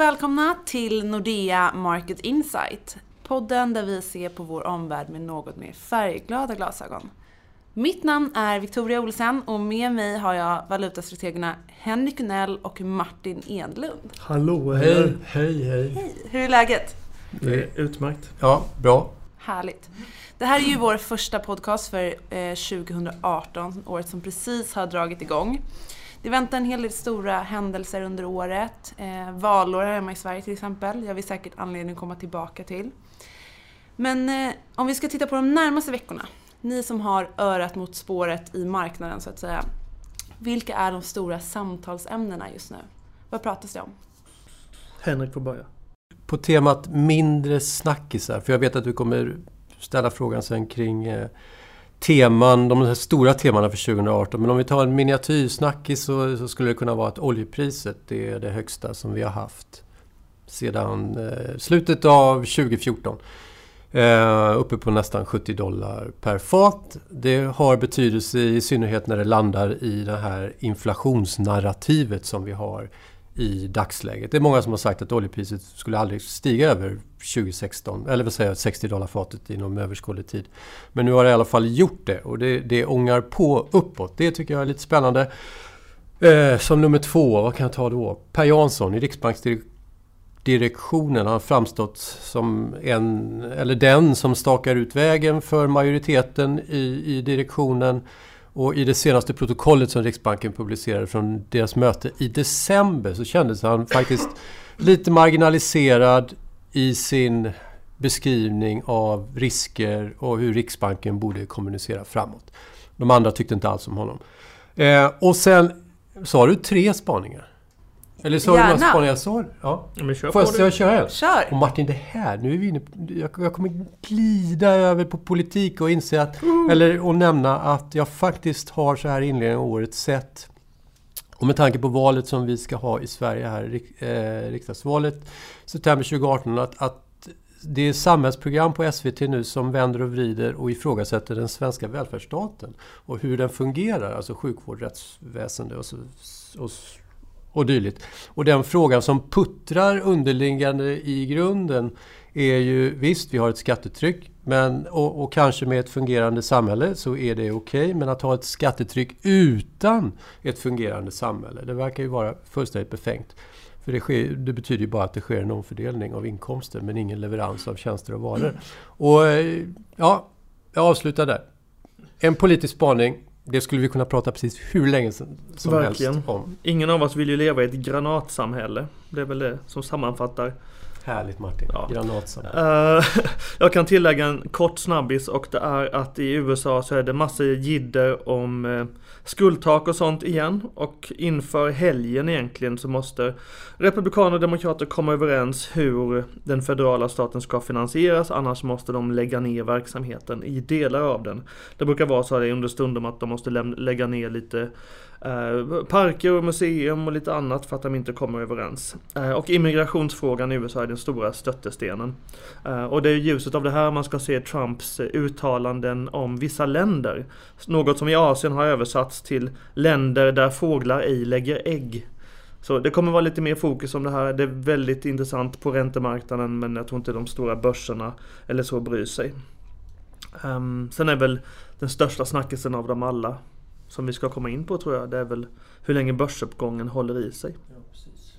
välkomna till Nordea Market Insight. Podden där vi ser på vår omvärld med något mer färgglada glasögon. Mitt namn är Victoria Olsen och med mig har jag valutastrategerna Henrik Unell och Martin Enlund. Hallå, hej. Hej, hur är läget? Det är utmärkt. Ja, bra. Härligt. Det här är ju vår första podcast för 2018, året som precis har dragit igång. Det väntar en hel del stora händelser under året. Valår här hemma i Sverige till exempel. Jag vill säkert anledning att komma tillbaka till. Men om vi ska titta på de närmaste veckorna. Ni som har örat mot spåret i marknaden så att säga. Vilka är de stora samtalsämnena just nu? Vad pratas det om? Henrik får börja. På temat mindre snackisar. För jag vet att du kommer ställa frågan sen kring teman, de här stora temana för 2018. Men om vi tar en miniatyrsnackis så skulle det kunna vara att oljepriset det är det högsta som vi har haft sedan slutet av 2014. Uppe på nästan $70 per fat. Det har betydelse i synnerhet när det landar i det här inflationsnarrativet som vi har i dagsläget. Det är många som har sagt att oljepriset skulle aldrig stiga över 2016, eller vad säger jag, $60 fatet inom överskådlig tid. Men nu har det i alla fall gjort det och det ångar på uppåt. Det tycker jag är lite spännande. Som nummer 2, vad kan jag ta då? Per Jansson i Riksbanksdirektionen har framstått som den som stakar ut vägen för majoriteten i direktionen. Och i det senaste protokollet som Riksbanken publicerade från deras möte i december så kändes han faktiskt lite marginaliserad i sin beskrivning av risker och hur Riksbanken borde kommunicera framåt. De andra tyckte inte alls om honom. Och sen sa du 3 spaningar. Eller så har du några spaningar? Ja. Men kör. Får jag köra? Kör! Och Martin, det här, nu är vi inne, jag kommer glida över på politik och inse att, och nämna att jag faktiskt har så här inledningen av året sett, och med tanke på valet som vi ska ha i Sverige här, riksdagsvalet september 2018, att det är samhällsprogram på SVT nu som vänder och vrider och ifrågasätter den svenska välfärdsstaten och hur den fungerar, alltså sjukvård, rättsväsende och dylikt. Och den frågan som puttrar underliggande i grunden är ju, visst vi har ett skattetryck och kanske med ett fungerande samhälle så är det okej, men att ha ett skattetryck utan ett fungerande samhälle, det verkar ju vara fullständigt befängt. För det betyder ju bara att det sker en omfördelning av inkomster men ingen leverans av tjänster och varor. Och ja, jag avslutar där. En politisk spaning. Det skulle vi kunna prata precis hur länge som verkligen helst om. Ingen av oss vill ju leva i ett granatsamhälle. Det är väl det som sammanfattar. Härligt Martin, ja. Granatsamhälle. Jag kan tillägga en kort snabbis och det är att i USA så är det massor jidder om skuldtak och sånt igen. Och inför helgen egentligen så måste republikaner och demokrater komma överens hur den federala staten ska finansieras. Annars måste de lägga ner verksamheten i delar av den. Det brukar vara så här under stundom att de måste lägga ner lite parker och museum och lite annat för att de inte kommer överens. Och immigrationsfrågan i USA är den stora stöttestenen. Och det är i ljuset av det här man ska se Trumps uttalanden om vissa länder. Något som i Asien har översatts till länder där fåglar ej lägger ägg. Så det kommer vara lite mer fokus om det här. Det är väldigt intressant på räntemarknaden, men jag tror inte de stora börserna eller så bryr sig. Sen är väl den största snackisen av dem alla som vi ska komma in på, tror jag, det är väl hur länge börsuppgången håller i sig. Ja, precis.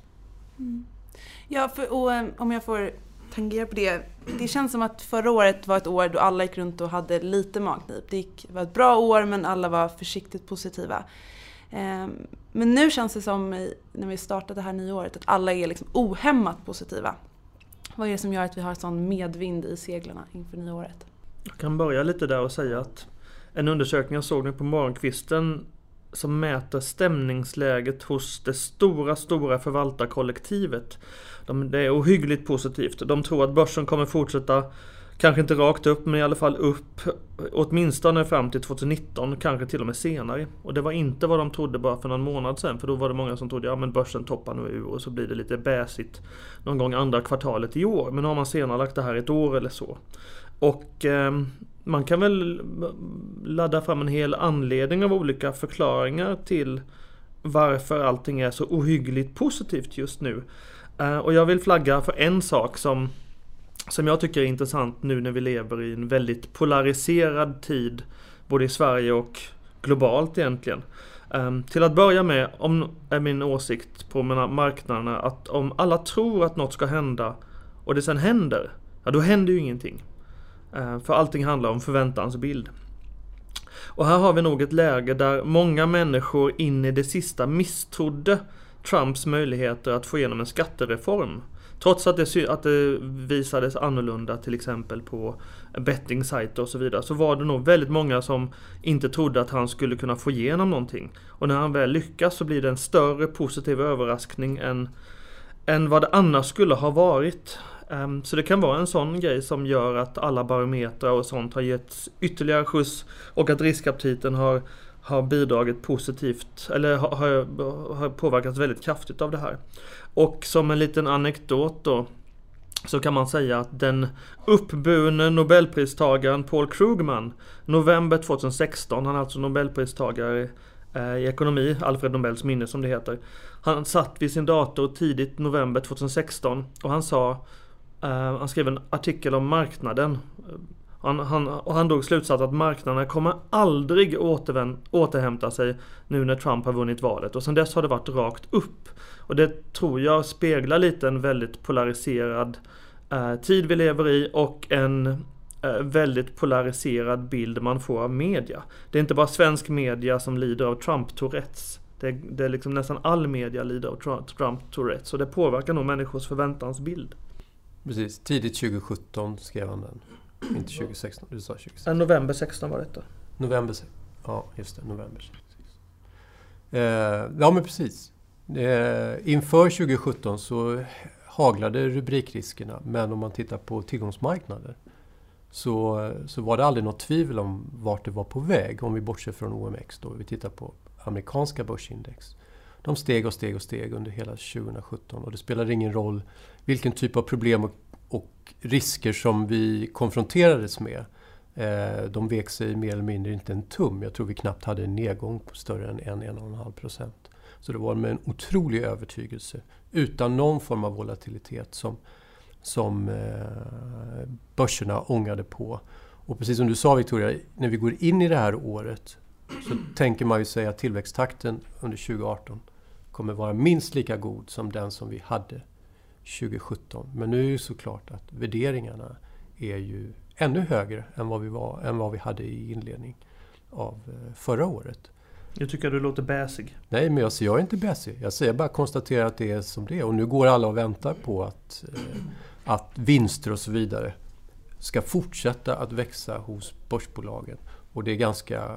Ja, om jag får tangera på det. Det känns som att förra året var ett år då alla gick runt och hade lite magknip. Det var ett bra år men alla var försiktigt positiva. Men nu känns det som när vi startade det här nyåret att alla är liksom ohämmat positiva. Vad är det som gör att vi har sån medvind i seglarna inför nyåret? Jag kan börja lite där och säga att en undersökning jag såg nu på morgonkvisten som mäter stämningsläget hos det stora förvaltarkollektivet. Det är ohyggligt positivt. De tror att börsen kommer fortsätta, kanske inte rakt upp, men i alla fall upp åtminstone fram till 2019, kanske till och med senare. Och det var inte vad de trodde bara för någon månad sedan, för då var det många som trodde men börsen toppar nu ur och så blir det lite bäsigt någon gång andra kvartalet i år. Men nu har man senare lagt det här ett år eller så. Och man kan väl ladda fram en hel anledning av olika förklaringar till varför allting är så ohyggligt positivt just nu. Och jag vill flagga för en sak som jag tycker är intressant nu när vi lever i en väldigt polariserad tid, både i Sverige och globalt egentligen. Till att börja med är min åsikt på marknaderna att om alla tror att något ska hända och det sen händer, ja, då händer ju ingenting. För allting handlar om förväntansbild. Och här har vi nog ett läge där många människor in i det sista misstrodde Trumps möjligheter att få igenom en skattereform. Trots att det visades annorlunda till exempel på bettingsajter och så vidare, så var det nog väldigt många som inte trodde att han skulle kunna få igenom någonting. Och när han väl lyckas så blir det en större positiv överraskning än vad det annars skulle ha varit. Så det kan vara en sån grej som gör att alla barometrar och sånt har gett ytterligare skjuts och att riskaptiten har bidragit positivt eller har påverkats väldigt kraftigt av det här. Och som en liten anekdot då, så kan man säga att den uppburne Nobelpristagaren Paul Krugman, november 2016, han är alltså Nobelpristagare i ekonomi, Alfred Nobels minne som det heter. Han satt vid sin dator tidigt november 2016 och han skrev en artikel om marknaden. Han drog slutsats att marknaderna kommer aldrig återhämta sig nu när Trump har vunnit valet. Och sen dess har det varit rakt upp. Och det tror jag speglar lite en väldigt polariserad tid vi lever i och en väldigt polariserad bild man får av media. Det är inte bara svensk media som lider av Trump-tourettes. Det är liksom nästan all media lider av Trump-tourettes. Och det påverkar nog människors förväntansbild. Precis, tidigt 2017 skrev han den. Inte 2016, du sa 2016. November 16 var detta. November 16, ja just det, november 16. Ja men precis. Inför 2017 så haglade rubrikriskerna, men om man tittar på tillgångsmarknader så var det aldrig något tvivel om vart det var på väg, om vi bortser från OMX då. Vi tittar på amerikanska börsindex. De steg och steg och steg under hela 2017 och det spelade ingen roll vilken typ av problem och risker som vi konfronterades med. De vek sig mer eller mindre inte en tum. Jag tror vi knappt hade en nedgång på större än 1,5%. Så det var med en otrolig övertygelse utan någon form av volatilitet som börserna ångade på. Och precis som du sa Victoria, när vi går in i det här året så tänker man ju säga att tillväxttakten under 2018 kommer vara minst lika god som den som vi hade 2017. Men nu är det ju såklart att värderingarna är ju ännu högre än vad vi hade i inledning av förra året. Jag tycker du låter bäsig. Nej, men jag är inte bäsig. Jag säger bara konstatera att det är som det är. Och nu går alla och väntar på att vinster och så vidare ska fortsätta att växa hos börsbolagen. Och det är ganska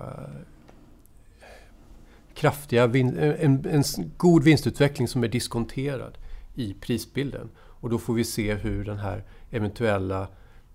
kraftiga en god vinstutveckling som är diskonterad i prisbilden. Och då får vi se hur den här eventuella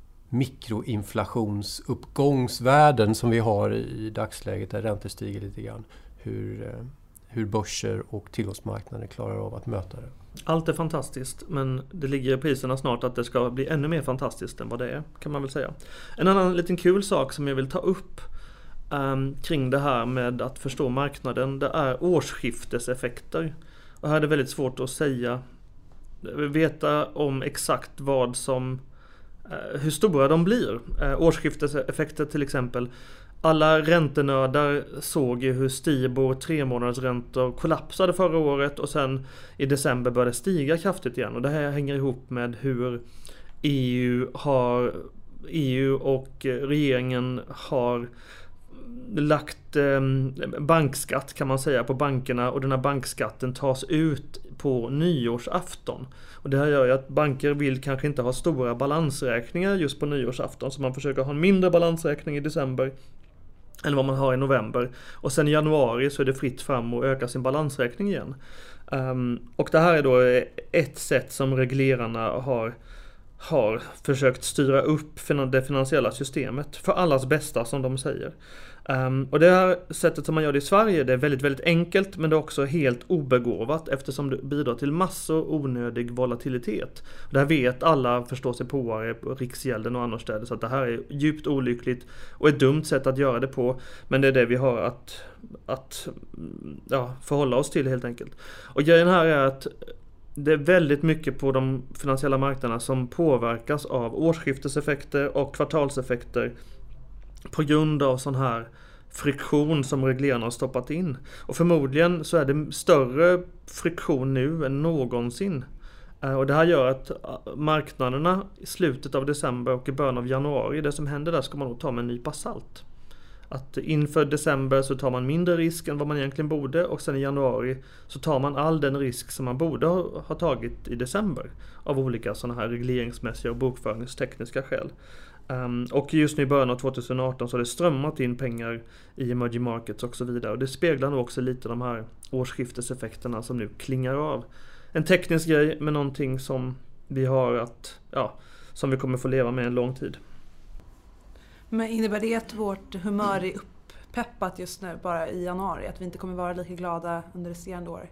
mikroinflationsuppgångsvärden som vi har i dagsläget där räntor stiger lite grann, hur börser och tillgångsmarknaden klarar av att möta det. Allt är fantastiskt, men det ligger i priserna snart att det ska bli ännu mer fantastiskt än vad det är, kan man väl säga. En annan liten kul sak som jag vill ta upp kring det här med att förstå marknaden, det är årsskifteseffekter. Och här är det väldigt svårt att veta om exakt hur stora de blir. Årsskifteseffekter till exempel. Alla räntenördar såg ju hur Stibor 3-månadersräntor kollapsade förra året och sen i december började stiga kraftigt igen. Och det här hänger ihop med hur EU och regeringen har lagt bankskatt kan man säga på bankerna, och den här bankskatten tas ut på nyårsafton. Och det här gör ju att banker vill kanske inte ha stora balansräkningar just på nyårsafton, så man försöker ha en mindre balansräkning i december än vad man har i november. Och sen i januari så är det fritt fram att öka sin balansräkning igen. Och det här är då ett sätt som reglerarna har försökt styra upp det finansiella systemet för allas bästa, som de säger. Och det här sättet som man gör det i Sverige, det är väldigt, väldigt enkelt, men det är också helt obegåvat eftersom det bidrar till massor onödig volatilitet. Det här vet alla förståsigpåare på Riksgälden och annorstädes, att det här är djupt olyckligt och ett dumt sätt att göra det på, men det är det vi har att förhålla oss till helt enkelt. Och grejen här är att det är väldigt mycket på de finansiella marknaderna som påverkas av årsskifteseffekter och kvartalseffekter på grund av sån här friktion som reglerarna har stoppat in. Och förmodligen så är det större friktion nu än någonsin. Och det här gör att marknaderna i slutet av december och i början av januari, det som händer där ska man nog ta med en nypa salt. Att inför december så tar man mindre risk än vad man egentligen borde, och sen i januari så tar man all den risk som man borde ha tagit i december av olika sådana här regleringsmässiga och bokföringstekniska skäl. Och just nu i början av 2018 så har det strömmat in pengar i emerging markets och så vidare, och det speglar nog också lite de här årsskifteseffekterna som nu klingar av. En teknisk grej, men någonting som vi har som vi kommer få leva med en lång tid. Men innebär det att vårt humör är upppeppat just nu bara i januari? Att vi inte kommer vara lika glada under resterande år?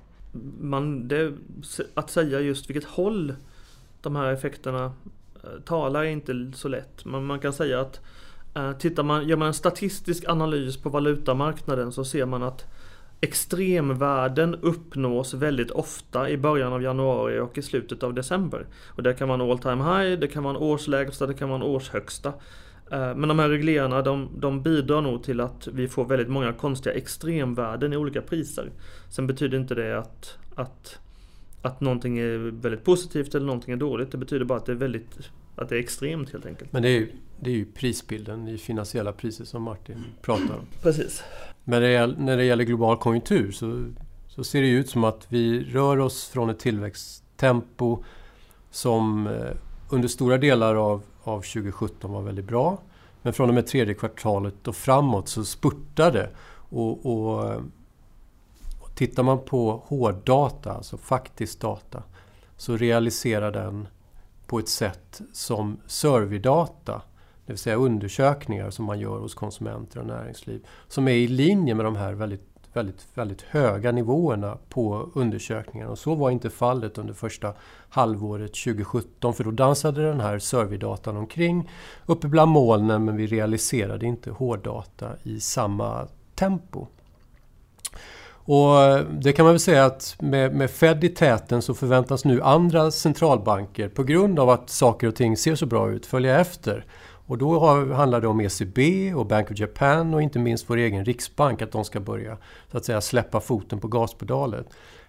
Att säga just vilket håll de här effekterna talar är inte så lätt. Men man kan säga att gör man en statistisk analys på valutamarknaden så ser man att extremvärden uppnås väldigt ofta i början av januari och i slutet av december. Och det kan vara en all time high, det kan vara en årslägsta, det kan vara en årshögsta. Men de här reglerarna de bidrar nog till att vi får väldigt många konstiga extremvärden i olika priser. Sen betyder inte det att någonting är väldigt positivt eller någonting är dåligt. Det betyder bara att det är extremt helt enkelt. Men det är ju prisbilden i finansiella priser som Martin pratar om. Precis. Men när det gäller global konjunktur så ser det ut som att vi rör oss från ett tillväxttempo som under stora delar av 2017 var väldigt bra. Men från och med tredje kvartalet och framåt så spurtade. Och tittar man på hårddata, alltså faktisk data, så realiserar den på ett sätt som surveydata, det vill säga undersökningar som man gör hos konsumenter och näringsliv, som är i linje med de här väldigt, väldigt, väldigt höga nivåerna på undersökningarna. Och så var inte fallet under första halvåret 2017, för då dansade den här surveydatan omkring uppe bland molnen, men vi realiserade inte hårddata i samma tempo. Och det kan man väl säga att med Fed i täten så förväntas nu andra centralbanker på grund av att saker och ting ser så bra ut följa efter. Och då handlar det om ECB och Bank of Japan och inte minst vår egen riksbank, att de ska börja så att säga släppa foten på gaspedalen.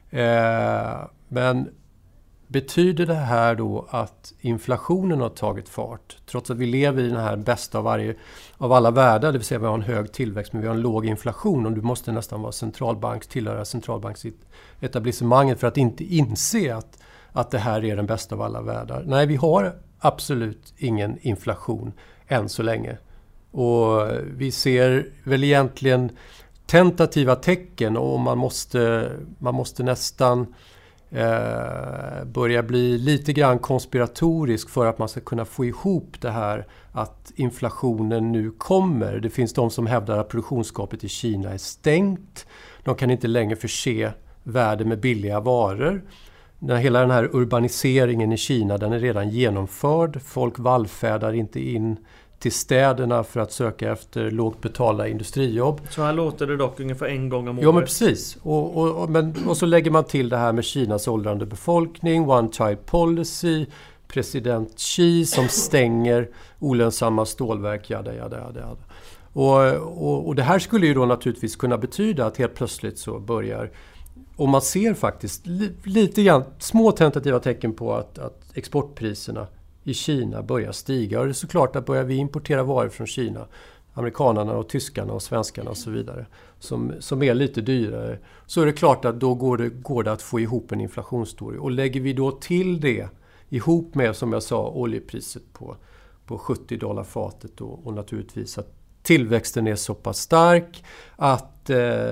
Men betyder det här då att inflationen har tagit fart? Trots att vi lever i den här bästa av alla världar, det vill säga vi har en hög tillväxt men vi har en låg inflation, och du måste nästan vara tillhöra centralbanksetablissemanget för att inte inse att det här är den bästa av alla världar. Nej, vi har absolut ingen inflation än så länge. Och vi ser väl egentligen tentativa tecken, och man måste nästan börja bli lite grann konspiratorisk för att man ska kunna få ihop det här att inflationen nu kommer. Det finns de som hävdar att produktionsgapet i Kina är stängt. De kan inte längre förse världen med billiga varor. Hela den här urbaniseringen i Kina, den är redan genomförd. Folk vallfärdar inte in till städerna för att söka efter lågt betalda industrijobb. Så här låter det dock ungefär en gång om året. Ja, men precis. Och så lägger man till det här med Kinas åldrande befolkning, one child policy, president Xi som stänger olönsamma stålverk, jada. Och det här skulle ju då naturligtvis kunna betyda att helt plötsligt så börjar, och man ser faktiskt lite grann små tentativa tecken på att exportpriserna i Kina börjar stiga. Och det är såklart att börjar vi importera varor från Kina, amerikanerna och tyskarna och svenskarna och så vidare, som är lite dyrare, så är det klart att då går det att få ihop en inflationsstory. Och lägger vi då till det ihop med, som jag sa, oljepriset på $70 fatet och naturligtvis att tillväxten är så pass stark att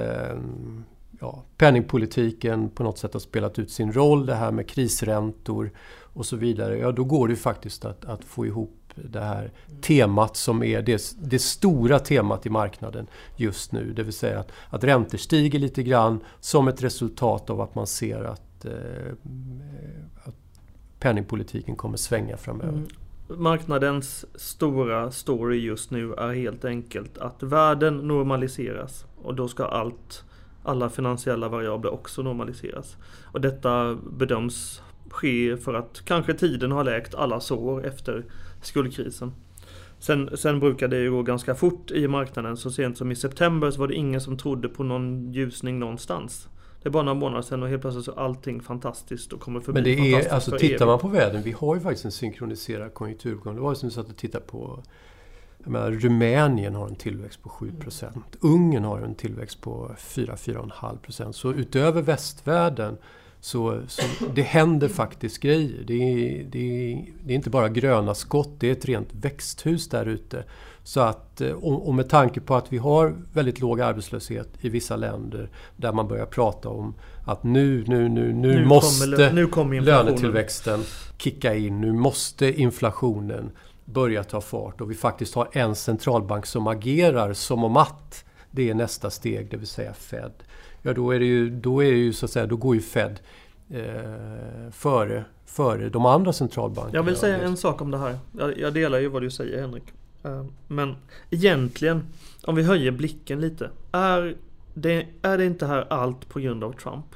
penningpolitiken på något sätt har spelat ut sin roll, det här med krisräntor och så vidare. Ja, då går det faktiskt att få ihop det här temat som är det stora temat i marknaden just nu. Det vill säga att räntor stiger lite grann som ett resultat av att man ser att penningpolitiken kommer svänga framöver. Marknadens stora story just nu är helt enkelt att världen normaliseras, och då ska alla finansiella variabler också normaliseras. Och detta bedöms ske för att kanske tiden har läkt alla sår efter skuldkrisen. Sen brukar det ju gå ganska fort i marknaden. Så sent som i september så var det ingen som trodde på någon ljusning någonstans. Det är bara några månader sedan och helt plötsligt så är allting fantastiskt och kommer förbi. Men det fantastiskt är, alltså för tittar evigt. man på världen, vi har ju faktiskt en synkroniserad konjunkturuppgång. Det var ju som att titta på, jag menar, Rumänien har en tillväxt på 7%. Ungern har en tillväxt på 4-4,5%. Så utöver västvärlden så det händer faktiskt grejer. Det är inte bara gröna skott, det är ett rent växthus där ute. Så att, och med tanke på att vi har väldigt låg arbetslöshet i vissa länder där man börjar prata om att nu måste lönetillväxten kicka in, nu måste inflationen börja ta fart och vi faktiskt har en centralbank som agerar som om att det är nästa steg, det vill säga Fed. Ja, då är det ju så att säga, då går ju Fed före de andra centralbankerna. Jag vill säga en sak om det här. Jag delar ju vad du säger, Henrik. Men egentligen, om vi höjer blicken lite, är det inte här allt på grund av Trump?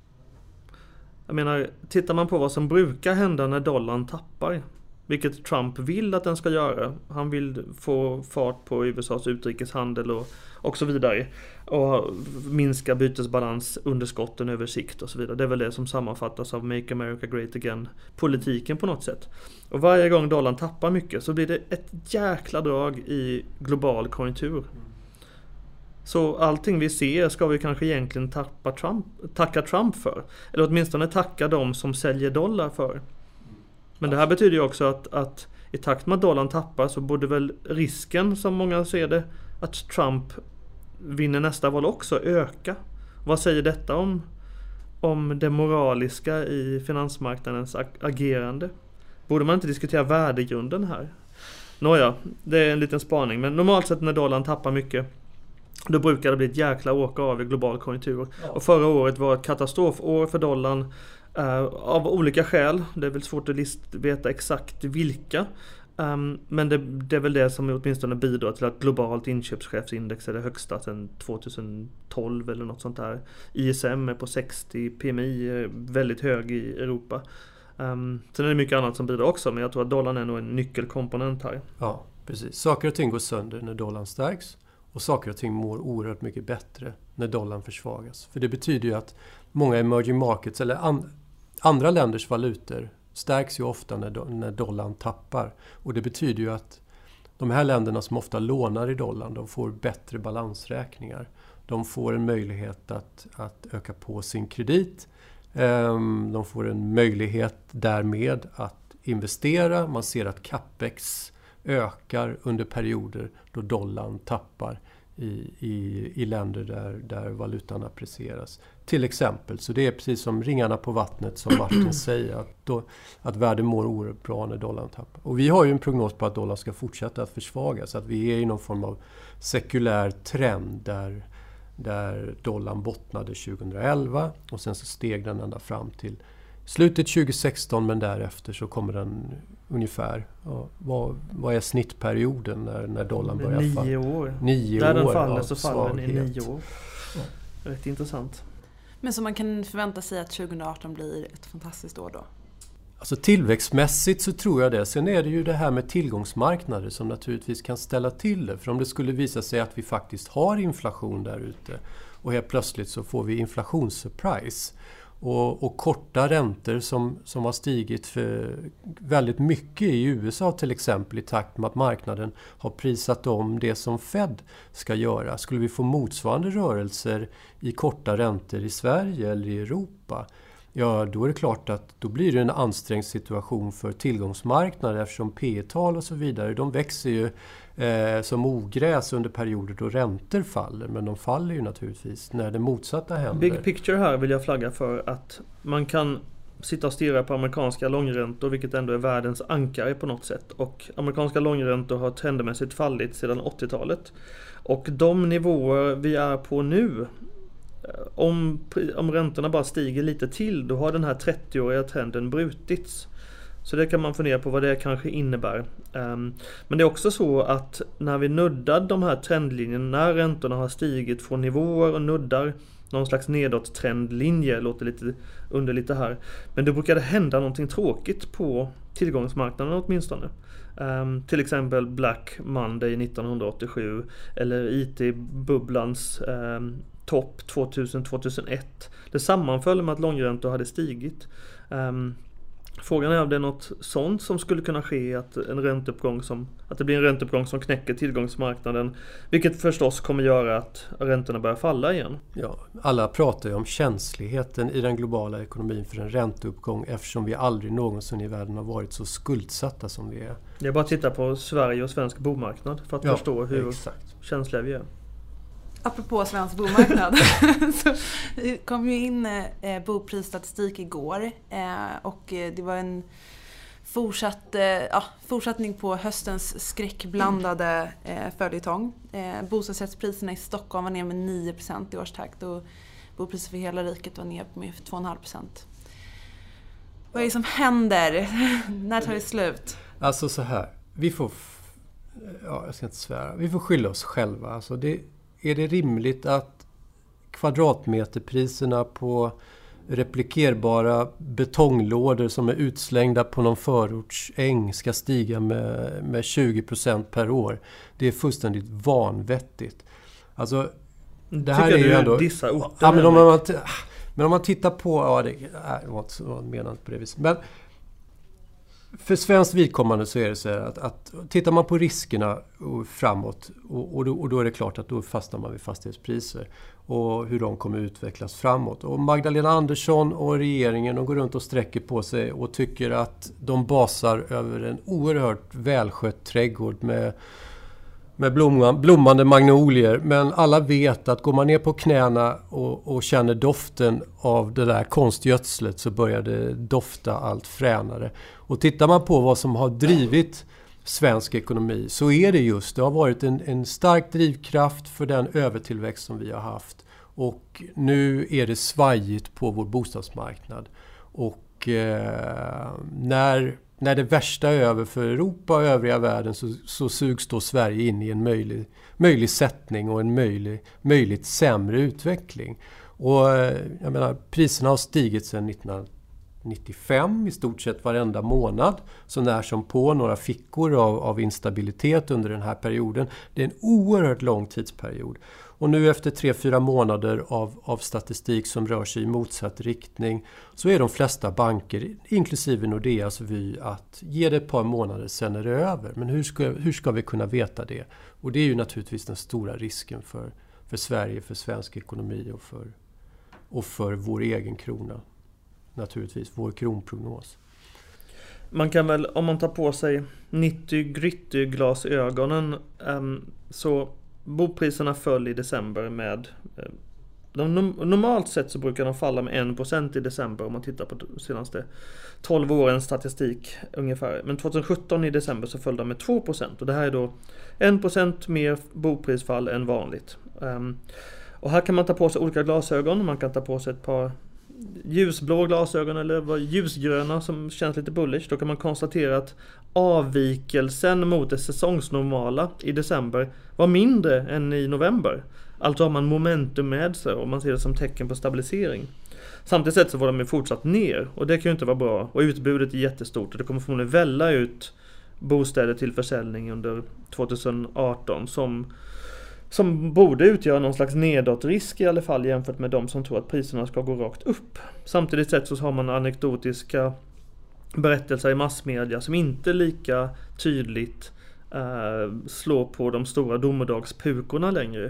Jag menar, tittar man på vad som brukar hända när dollarn tappar, vilket Trump vill att den ska göra. Han vill få fart på USAs utrikeshandel och så vidare. Och minska bytesbalansunderskotten över sikt och så vidare. Det är väl det som sammanfattas av Make America Great Again-politiken på något sätt. Och varje gång dollarn tappar mycket så blir det ett jäkla drag i global konjunktur. Så allting vi ser ska vi kanske egentligen tacka Trump för. Eller åtminstone tacka de som säljer dollar för. Men det här betyder ju också att i takt med att dollarn tappar så borde väl risken, som många ser det, att Trump vinner nästa val också öka. Vad säger detta om det moraliska i finansmarknadens agerande? Borde man inte diskutera värdegrunden här? Nåja, det är en liten spaning. Men normalt sett när dollarn tappar mycket, då brukar det bli ett jäkla åka av i global konjunktur. Ja. Och förra året var ett katastrofår för dollarn. Av olika skäl. Det är väl svårt att veta exakt vilka. Men det är väl det som åtminstone bidrar till att globalt inköpschefsindex är det högsta sedan 2012 eller något sånt där. ISM är på 60, PMI är väldigt hög i Europa. Sen är det mycket annat som bidrar också, men jag tror att dollarn är nog en nyckelkomponent här. Ja, precis. Saker och ting går sönder när dollarn stärks och saker och ting mår oerhört mycket bättre när dollarn försvagas. För det betyder ju att många emerging markets eller andra länders valutor stärks ju ofta när dollarn tappar. Och det betyder ju att de här länderna som ofta lånar i dollarn, de får bättre balansräkningar. De får en möjlighet att öka på sin kredit. De får en möjlighet därmed att investera. Man ser att capex ökar under perioder då dollarn tappar i länder där valutan apprecieras. Till exempel, så det är precis som ringarna på vattnet som Martin säger, att världen mår oerhört bra när dollarn tappar. Och vi har ju en prognos på att dollarn ska fortsätta att försvagas, så att vi är i någon form av sekulär trend där dollarn bottnade 2011 och sen så steg den ända fram till slutet 2016, men därefter så kommer den ungefär, vad är snittperioden när dollarn börjar falla? 9 år. 9 där år den faller så faller den i 9 år. Ja. Rätt intressant. Men så man kan förvänta sig att 2018 blir ett fantastiskt år då? Alltså tillväxtmässigt så tror jag det. Sen är det ju det här med tillgångsmarknader som naturligtvis kan ställa till det. För om det skulle visa sig att vi faktiskt har inflation där ute och helt plötsligt så får vi inflationssurprise. Och korta räntor som har stigit för väldigt mycket i USA till exempel i takt med att marknaden har prisat om det som Fed ska göra. Skulle vi få motsvarande rörelser i korta räntor i Sverige eller i Europa, ja då är det klart att då blir det en ansträngd situation för tillgångsmarknader eftersom P-tal och så vidare, de växer ju som ogräs under perioder då räntor faller, men de faller ju naturligtvis när det motsatta händer. Big picture här vill jag flagga för att man kan sitta och stirra på amerikanska långräntor, vilket ändå är världens ankare på något sätt. Och amerikanska långräntor har trendmässigt fallit sedan 80-talet. Och de nivåer vi är på nu, om räntorna bara stiger lite till, då har den här 30-åriga trenden brutits. Så det kan man fundera på vad det kanske innebär. Men det är också så att när vi nuddar de här trendlinjerna, när räntorna har stigit från nivåer och nuddar någon slags nedåttrendlinje, låter lite underligt det här. Men det brukade hända någonting tråkigt på tillgångsmarknaden åtminstone. Till exempel Black Monday 1987 eller IT-bubblans topp 2000-2001. Det sammanföll med att långräntor hade stigit. Frågan är om det är något sånt som skulle kunna ske, att det blir en ränteuppgång som knäcker tillgångsmarknaden, vilket förstås kommer göra att räntorna börjar falla igen. Ja, alla pratar ju om känsligheten i den globala ekonomin för en ränteuppgång eftersom vi aldrig någonsin i världen har varit så skuldsatta som vi är. Det är bara att titta på Sverige och svensk bomarknad för att förstå hur känsliga vi är. Apropå svensk bomarknad så kom ju in boprisstatistik igår och det var en fortsättning på höstens skräckblandade följetong. Bostadsrättspriserna i Stockholm var ner med 9% i årstakt och bopriser för hela riket var ner med 2,5%. Vad är det som händer? När tar det slut? Alltså så här, vi får skylla oss själva. Alltså är det rimligt att kvadratmeterpriserna på replikerbara betonglådor som är utslängda på någon förortsäng ska stiga med 20% per år? Det är fullständigt vanvettigt. Alltså, det här är ju ändå... Dissa orter. Ja, men om man tittar på... det var inte så menat på det viset. Men för svenskt vidkommande så är det så här att tittar man på riskerna framåt och då är det klart att då fastnar man vid fastighetspriser och hur de kommer utvecklas framåt. Och Magdalena Andersson och regeringen, de går runt och sträcker på sig och tycker att de basar över en oerhört välskött trädgård med blommande magnolier. Men alla vet att går man ner på knäna och känner doften av det där konstgödslet så börjar det dofta allt fränare. Och tittar man på vad som har drivit svensk ekonomi så är det har varit en stark drivkraft för den övertillväxt som vi har haft. Och nu är det svajigt på vår bostadsmarknad. Och när det värsta är över för Europa och övriga världen så sugs då Sverige in i en möjlig sättning och en möjligt sämre utveckling. Och jag menar, priserna har stigit sedan 1995 i stort sett varenda månad. Så när som på några fickor av instabilitet under den här perioden. Det är en oerhört lång tidsperiod. Och nu efter 3-4 månader av statistik som rör sig i motsatt riktning så är de flesta banker, inklusive Nordeas vy, att ge det ett par månader sen är det över. Men hur ska vi kunna veta det? Och det är ju naturligtvis den stora risken för Sverige, för svensk ekonomi och för vår egen krona. Naturligtvis vår kronprognos. Man kan väl, om man tar på sig 90-gritty glasögonen så bopriserna föll i december med... Normalt sett så brukar de falla med 1% i december om man tittar på de senaste 12 årens statistik ungefär. Men 2017 i december så föll de med 2% och det här är då 1% mer boprisfall än vanligt. Och här kan man ta på sig olika glasögon. Man kan ta på sig ett par ljusblå glasögon eller ljusgröna som känns lite bullish. Då kan man konstatera att avvikelsen mot det säsongsnormala i december var mindre än i november. Alltså har man momentum med sig och man ser det som tecken på stabilisering. Samtidigt sett så var de fortsatt ner och det kan ju inte vara bra. Och utbudet är jättestort och det kommer förmodligen välla ut bostäder till försäljning under 2018 som borde utgöra någon slags nedåtrisk i alla fall jämfört med de som tror att priserna ska gå rakt upp. Samtidigt sett så har man anekdotiska berättelser i massmedia som inte lika tydligt slår på de stora domedagspukorna längre.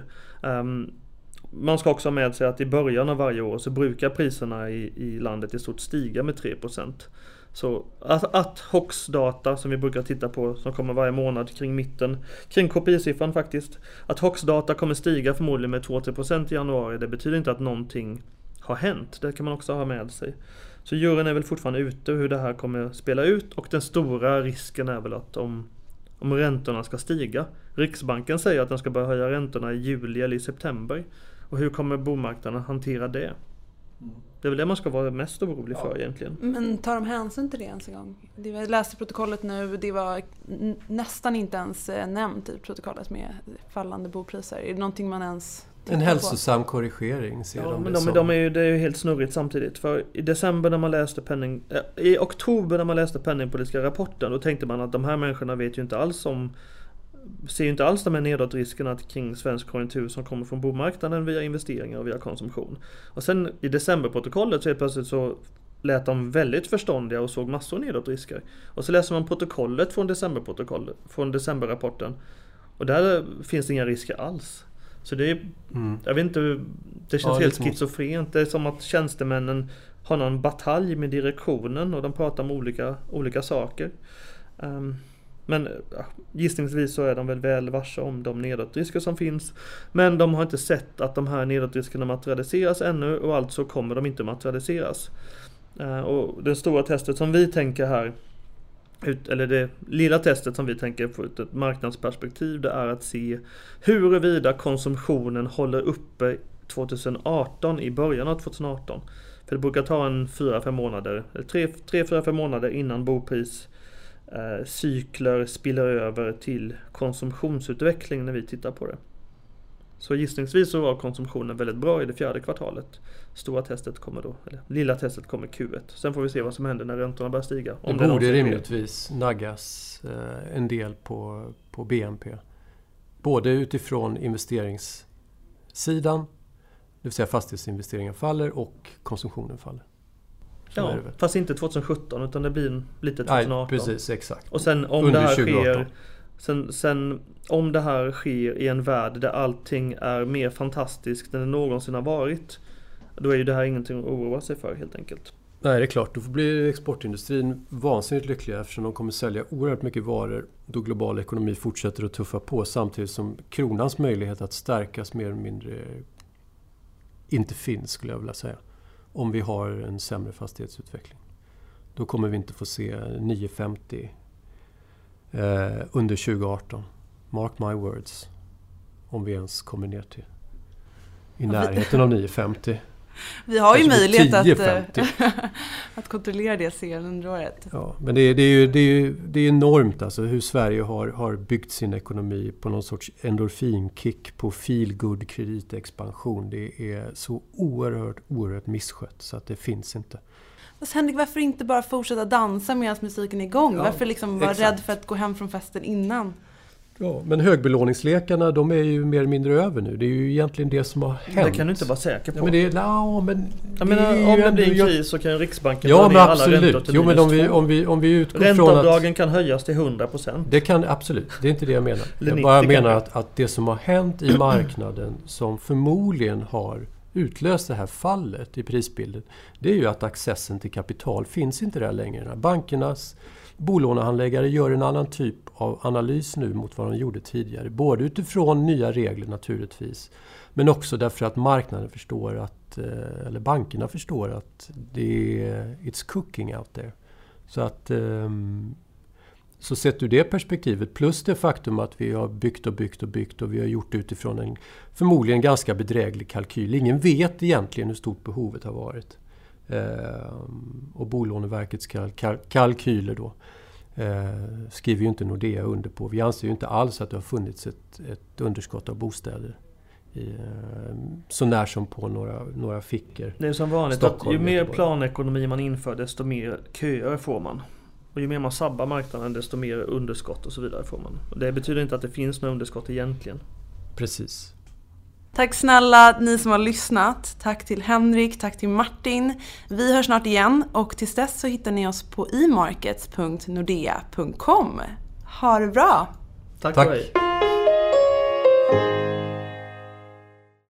Man ska också ha med sig att i början av varje år så brukar priserna i landet i stort stiga med 3%. Så att HOX-data som vi brukar titta på som kommer varje månad kring KPI-siffran faktiskt, att HOX-data kommer stiga förmodligen med 2-3% i januari, det betyder inte att någonting har hänt. Det kan man också ha med sig. Så juryn är väl fortfarande ute hur det här kommer spela ut och den stora risken är väl att om räntorna ska stiga. Riksbanken säger att den ska börja höja räntorna i juli eller i september. Och hur kommer bomarknaden hantera det? Det är väl det man ska vara mest orolig för egentligen. Men tar de hänsyn till det ens en gång? Jag läste protokollet nu, det var nästan inte ens nämnt i protokollet med fallande bopriser. Är det någonting man ens En hälsosam korrigering ser de det som. Det är ju helt snurrigt samtidigt. För i oktober när man läste penningpolitiska rapporten, då tänkte man att de här människorna ser ju inte alls de här nedåtriskerna kring svensk konjunktur som kommer från bomarknaden via investeringar och via konsumtion. Och sen i decemberprotokollet så plötsligt så lät de väldigt förståndiga och såg massor nedåtrisker. Och så läser man protokollet från decemberrapporten, och där finns inga risker alls. Så det är, jag vet inte, det känns helt schizofrent. Det är som att tjänstemännen har någon batalj med direktionen och de pratar om olika saker. Men gissningsvis så är de väl varse om de nedåtrisker som finns. Men de har inte sett att de här nedåtriskerna materialiseras ännu, och alltså kommer de inte materialiseras. Och det stora testet som vi tänker här, eller det lilla testet som vi tänker få ut ett marknadsperspektiv, det är att se huruvida konsumtionen håller uppe 2018, i början av 2018. För det brukar ta 3-4 månader innan bopriscykler spiller över till konsumtionsutveckling när vi tittar på det. Så gissningsvis så var konsumtionen väldigt bra i det 4:e kvartalet. Stora testet kommer då, eller lilla testet kommer Q1. Sen får vi se vad som händer när räntorna börjar stiga. Det borde rimligtvis naggas en del på BNP. Både utifrån investeringssidan, det vill säga fastighetsinvesteringen faller och konsumtionen faller. Ja, fast inte 2017 utan det blir lite 2018. Nej, precis, exakt. Och sen om det här sker... Sen om det här sker i en värld där allting är mer fantastiskt än det någonsin har varit, då är ju det här ingenting att oroa sig för helt enkelt. Nej, det är klart. Då blir exportindustrin vansinnigt lyckliga eftersom de kommer sälja oerhört mycket varor då global ekonomi fortsätter att tuffa på, samtidigt som kronans möjlighet att stärkas mer eller mindre inte finns, skulle jag vilja säga. Om vi har en sämre fastighetsutveckling. Då kommer vi inte få se 9,50 under 2018. Mark my words. Om vi ens kommer ner till i närheten av 9,50. Vi har ju möjlighet att kontrollera det senare under året. Ja, men det är enormt alltså hur Sverige har byggt sin ekonomi på någon sorts endorfinkick på feel-good kreditexpansion. Det är så oerhört misskött så att det finns inte. Henrik, varför inte bara fortsätta dansa medan musiken är igång? Varför liksom vara rädd för att gå hem från festen innan? Ja, men högbelåningslekarna, de är ju mer eller mindre över nu. Det är ju egentligen det som har hänt. Det kan du inte vara säker på. Ja, men om det blir en kris så kan Riksbanken dra ner alla räntor till minus 2. Om vi utgår från att ränteavdragen kan höjas till 100%. Det kan absolut, det är inte det jag menar. Jag bara menar att det som har hänt i marknaden som förmodligen har utlöst det här fallet i prisbilden, det är ju att accessen till kapital finns inte där längre. Bankernas bolånehandläggare gör en annan typ av analys nu mot vad de gjorde tidigare. Både utifrån nya regler naturligtvis, men också därför att marknaden förstår att, eller bankerna förstår att it's cooking out there. Så att så sett ur det perspektivet, plus det faktum att vi har byggt och vi har gjort det utifrån en förmodligen ganska bedräglig kalkyl. Ingen vet egentligen hur stort behovet har varit. Och Bolåneverkets kalkyler då skriver ju inte Nordea under på. Vi anser ju inte alls att det har funnits ett underskott av bostäder så när som på några fickor. Det är som vanligt Stockholm, att ju mer planekonomi man inför, desto mer köer får man. Och ju mer man sabbar marknaden, desto mer underskott och så vidare får man. Och det betyder inte att det finns några underskott egentligen. Precis. Tack snälla ni som har lyssnat. Tack till Henrik, tack till Martin. Vi hörs snart igen och tills dess så hittar ni oss på emarkets.nordea.com. Ha det bra! Tack.